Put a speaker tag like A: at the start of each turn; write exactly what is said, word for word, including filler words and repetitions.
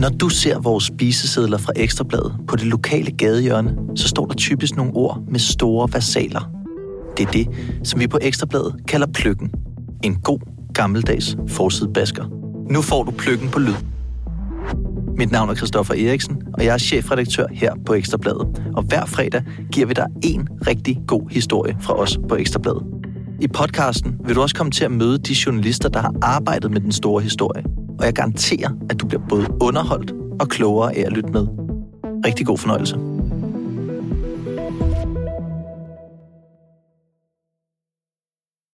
A: Når du ser vores spisesedler fra Ekstra Bladet på det lokale gadehjørne, så står der typisk nogle ord med store versaler. Det er det, som vi på Ekstra Bladet kalder pløkken. En god, gammeldags forsidebasker. Nu får du pløkken på lyd. Mit navn er Christoffer Eriksen, og jeg er chefredaktør her på Ekstra Bladet. Og hver fredag giver vi dig en rigtig god historie fra os på Ekstra Bladet. I podcasten vil du også komme til at møde de journalister, der har arbejdet med den store historie. Og jeg garanterer, at du bliver både underholdt og klogere af at lytte med. Rigtig god fornøjelse.